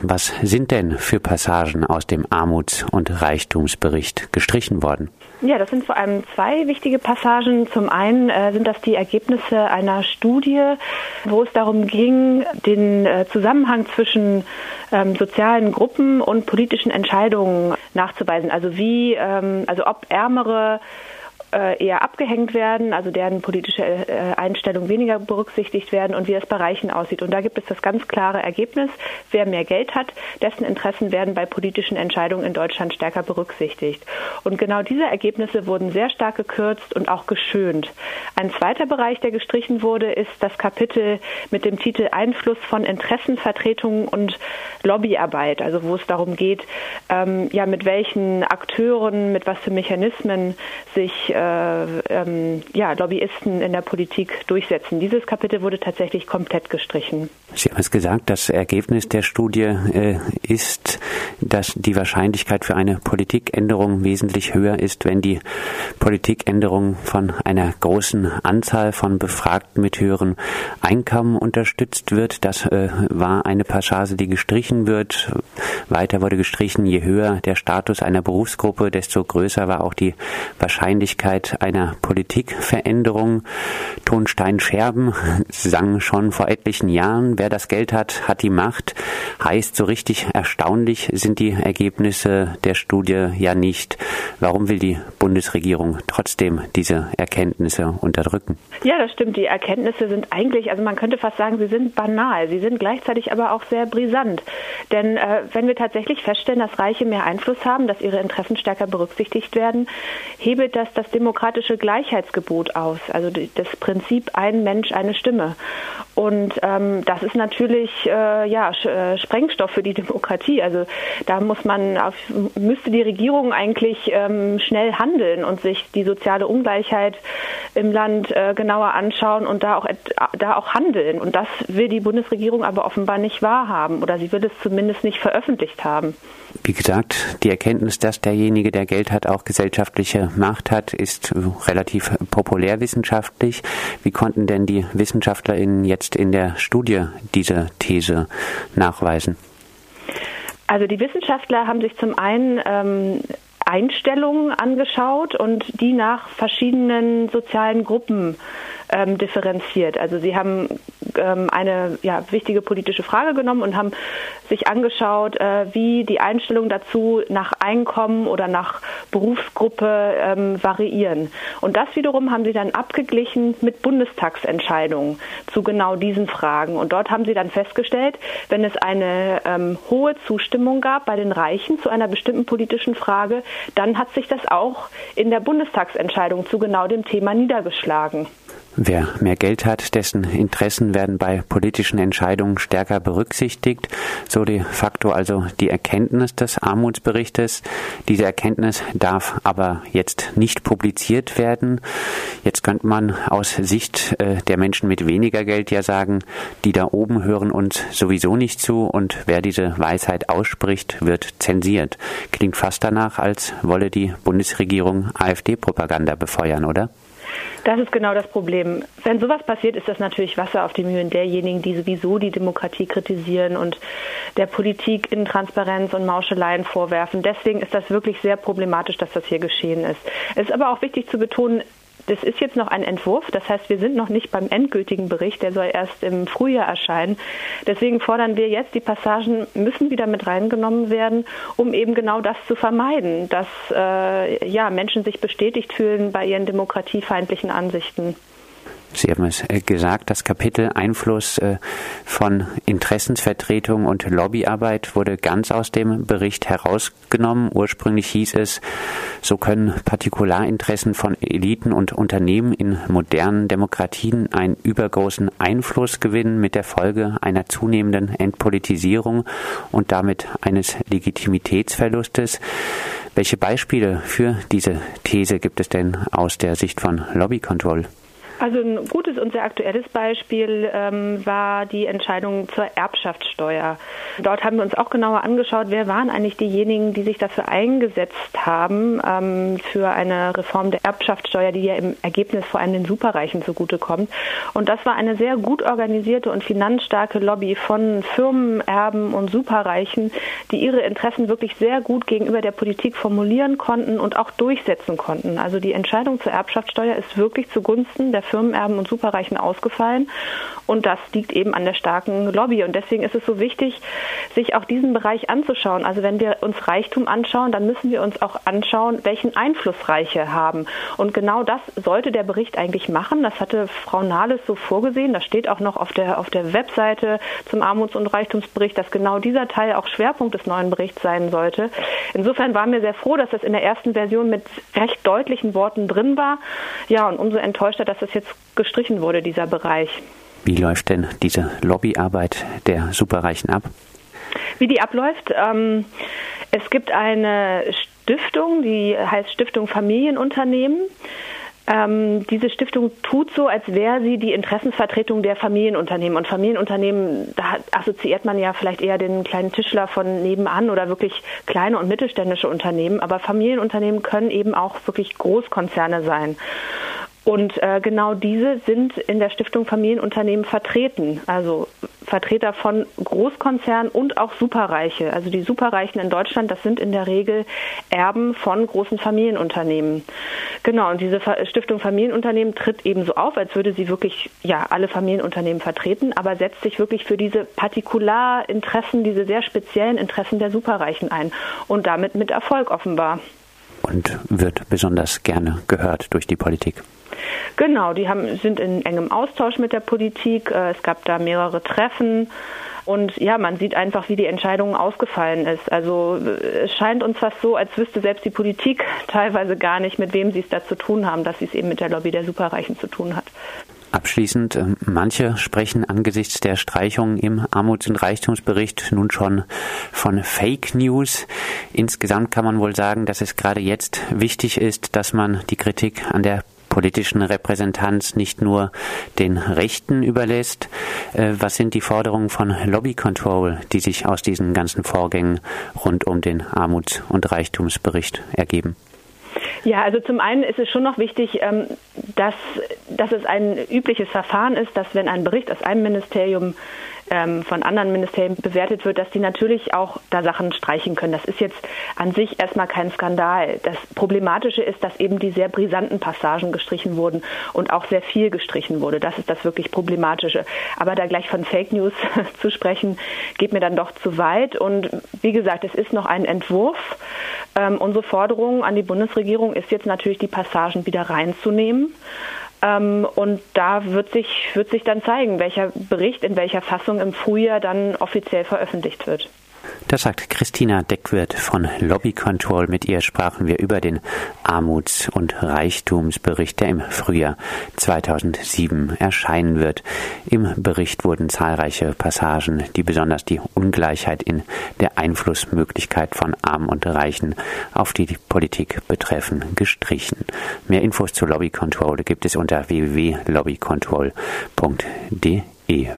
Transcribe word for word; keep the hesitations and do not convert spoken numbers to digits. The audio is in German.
Was sind denn für Passagen aus dem Armuts- und Reichtumsbericht gestrichen worden? Ja, das sind vor allem zwei wichtige Passagen. Zum einen äh, sind das die Ergebnisse einer Studie, wo es darum ging, den äh, Zusammenhang zwischen ähm, sozialen Gruppen und politischen Entscheidungen nachzuweisen. Also wie, ähm, also ob Ärmere eher abgehängt werden, also deren politische Einstellungen weniger berücksichtigt werden und wie es bei Reichen aussieht. Und da gibt es das ganz klare Ergebnis, wer mehr Geld hat, dessen Interessen werden bei politischen Entscheidungen in Deutschland stärker berücksichtigt. Und genau diese Ergebnisse wurden sehr stark gekürzt und auch geschönt. Ein zweiter Bereich, der gestrichen wurde, ist das Kapitel mit dem Titel Einfluss von Interessenvertretungen und Lobbyarbeit, also wo es darum geht, ähm, ja, mit welchen Akteuren, mit was für Mechanismen sich Äh, ähm, ja, Lobbyisten in der Politik durchsetzen. Dieses Kapitel wurde tatsächlich komplett gestrichen. Sie haben es gesagt, das Ergebnis der Studie äh, ist, dass die Wahrscheinlichkeit für eine Politikänderung wesentlich höher ist, wenn die Politikänderung von einer großen Anzahl von Befragten mit höheren Einkommen unterstützt wird. Das äh, war eine Passage, die gestrichen wird. Weiter wurde gestrichen, je höher der Status einer Berufsgruppe, desto größer war auch die Wahrscheinlichkeit einer Politikveränderung. Tonstein Scherben sang schon vor etlichen Jahren, wer das Geld hat, hat die Macht. Heißt, so richtig erstaunlich sind die Ergebnisse der Studie ja nicht. Warum will die Bundesregierung trotzdem diese Erkenntnisse unterdrücken? Ja, das stimmt. Die Erkenntnisse sind eigentlich, also man könnte fast sagen, sie sind banal. Sie sind gleichzeitig aber auch sehr brisant. Denn äh, wenn wir tatsächlich feststellen, dass Reiche mehr Einfluss haben, dass ihre Interessen stärker berücksichtigt werden, hebelt das das demokratische Gleichheitsgebot aus, also das Prinzip ein Mensch, eine Stimme. Und ähm, das ist natürlich äh, ja Sprengstoff für die Demokratie. Also da muss man auf, müsste die Regierung eigentlich ähm, schnell handeln und sich die soziale Ungleichheit im Land äh, genauer anschauen und da auch da auch handeln. Und das will die Bundesregierung aber offenbar nicht wahrhaben oder sie will es zumindest nicht veröffentlicht haben. Wie gesagt, die Erkenntnis, dass derjenige, der Geld hat, auch gesellschaftliche Macht hat, ist relativ populärwissenschaftlich. Wie konnten denn die WissenschaftlerInnen jetzt in der Studie diese These nachweisen? Also die Wissenschaftler haben sich zum einen ähm, Einstellungen angeschaut und die nach verschiedenen sozialen Gruppen ähm, differenziert. Also sie haben ähm, eine ja, wichtige politische Frage genommen und haben sich angeschaut, äh, wie die Einstellungen dazu nach Einkommen oder nach Berufsgruppe ähm, variieren. Und das wiederum haben sie dann abgeglichen mit Bundestagsentscheidungen zu genau diesen Fragen. Und dort haben sie dann festgestellt, wenn es eine ähm, hohe Zustimmung gab bei den Reichen zu einer bestimmten politischen Frage, dann hat sich das auch in der Bundestagsentscheidung zu genau dem Thema niedergeschlagen. Wer mehr Geld hat, dessen Interessen werden bei politischen Entscheidungen stärker berücksichtigt. So de facto also die Erkenntnis des Armutsberichtes. Diese Erkenntnis darf aber jetzt nicht publiziert werden. Jetzt könnte man aus Sicht äh, der Menschen mit weniger Geld ja sagen, die da oben hören uns sowieso nicht zu und wer diese Weisheit ausspricht, wird zensiert. Klingt fast danach, als wolle die Bundesregierung AfD-Propaganda befeuern, oder? Das ist genau das Problem. Wenn sowas passiert, ist das natürlich Wasser auf die Mühlen derjenigen, die sowieso die Demokratie kritisieren und der Politik Intransparenz und Mauscheleien vorwerfen. Deswegen ist das wirklich sehr problematisch, dass das hier geschehen ist. Es ist aber auch wichtig zu betonen, das ist jetzt noch ein Entwurf, das heißt, wir sind noch nicht beim endgültigen Bericht, der soll erst im Frühjahr erscheinen. Deswegen fordern wir jetzt, die Passagen müssen wieder mit reingenommen werden, um eben genau das zu vermeiden, dass äh, ja, Menschen sich bestätigt fühlen bei ihren demokratiefeindlichen Ansichten. Sie haben es gesagt, das Kapitel Einfluss von Interessensvertretung und Lobbyarbeit wurde ganz aus dem Bericht herausgenommen. Ursprünglich hieß es, so können Partikularinteressen von Eliten und Unternehmen in modernen Demokratien einen übergroßen Einfluss gewinnen mit der Folge einer zunehmenden Entpolitisierung und damit eines Legitimitätsverlustes. Welche Beispiele für diese These gibt es denn aus der Sicht von Lobby Control? Also ein gutes und sehr aktuelles Beispiel ähm, war die Entscheidung zur Erbschaftssteuer. Dort haben wir uns auch genauer angeschaut, wer waren eigentlich diejenigen, die sich dafür eingesetzt haben, ähm, für eine Reform der Erbschaftssteuer, die ja im Ergebnis vor allem den Superreichen zugutekommt. Und das war eine sehr gut organisierte und finanzstarke Lobby von Firmenerben und Superreichen, die ihre Interessen wirklich sehr gut gegenüber der Politik formulieren konnten und auch durchsetzen konnten. Also die Entscheidung zur Erbschaftssteuer ist wirklich zugunsten der Firmenerben und Superreichen ausgefallen. Und das liegt eben an der starken Lobby. Und deswegen ist es so wichtig, sich auch diesen Bereich anzuschauen. Also wenn wir uns Reichtum anschauen, dann müssen wir uns auch anschauen, welchen Einfluss Reiche haben. Und genau das sollte der Bericht eigentlich machen. Das hatte Frau Nahles so vorgesehen. Das steht auch noch auf der, auf der Webseite zum Armuts- und Reichtumsbericht, dass genau dieser Teil auch Schwerpunkt des neuen Berichts sein sollte. Insofern waren wir sehr froh, dass das in der ersten Version mit recht deutlichen Worten drin war. Ja, und umso enttäuschter, dass das jetzt gestrichen wurde, dieser Bereich. Wie läuft denn diese Lobbyarbeit der Superreichen ab? Wie die abläuft? Ähm, es gibt eine Stiftung, die heißt Stiftung Familienunternehmen. Ähm, diese Stiftung tut so, als wäre sie die Interessensvertretung der Familienunternehmen. Und Familienunternehmen, da assoziiert man ja vielleicht eher den kleinen Tischler von nebenan oder wirklich kleine und mittelständische Unternehmen. Aber Familienunternehmen können eben auch wirklich Großkonzerne sein. Und äh, genau diese sind in der Stiftung Familienunternehmen vertreten, also Vertreter von Großkonzernen und auch Superreiche. Also die Superreichen in Deutschland, das sind in der Regel Erben von großen Familienunternehmen. Genau, und diese Stiftung Familienunternehmen tritt eben so auf, als würde sie wirklich ja alle Familienunternehmen vertreten, aber setzt sich wirklich für diese Partikularinteressen, diese sehr speziellen Interessen der Superreichen ein und damit mit Erfolg offenbar. Und wird besonders gerne gehört durch die Politik. Genau, die haben, sind in engem Austausch mit der Politik. Es gab da mehrere Treffen. Und ja, man sieht einfach, wie die Entscheidung ausgefallen ist. Also es scheint uns fast so, als wüsste selbst die Politik teilweise gar nicht, mit wem sie es da zu tun haben, dass sie es eben mit der Lobby der Superreichen zu tun hat. Abschließend, manche sprechen angesichts der Streichung im Armuts- und Reichtumsbericht nun schon von Fake News. Insgesamt kann man wohl sagen, dass es gerade jetzt wichtig ist, dass man die Kritik an der politischen Repräsentanz nicht nur den Rechten überlässt. Was sind die Forderungen von Lobby Control, die sich aus diesen ganzen Vorgängen rund um den Armuts- und Reichtumsbericht ergeben? Ja, also zum einen ist es schon noch wichtig, dass, dass es ein übliches Verfahren ist, dass wenn ein Bericht aus einem Ministerium von anderen Ministerien bewertet wird, dass die natürlich auch da Sachen streichen können. Das ist jetzt an sich erstmal kein Skandal. Das Problematische ist, dass eben die sehr brisanten Passagen gestrichen wurden und auch sehr viel gestrichen wurde. Das ist das wirklich Problematische. Aber da gleich von Fake News zu sprechen, geht mir dann doch zu weit. Und wie gesagt, es ist noch ein Entwurf. Ähm, unsere Forderung an die Bundesregierung ist jetzt natürlich, die Passagen wieder reinzunehmen. Ähm, und da wird sich, wird sich dann zeigen, welcher Bericht in welcher Fassung im Frühjahr dann offiziell veröffentlicht wird. Das sagt Christina Deckwirth von Lobby Control. Mit ihr sprachen wir über den Armuts- und Reichtumsbericht, der im Frühjahr zweitausendsieben erscheinen wird. Im Bericht wurden zahlreiche Passagen, die besonders die Ungleichheit in der Einflussmöglichkeit von Armen und Reichen auf die Politik betreffen, gestrichen. Mehr Infos zu Lobby Control gibt es unter w w w punkt lobby control punkt d e.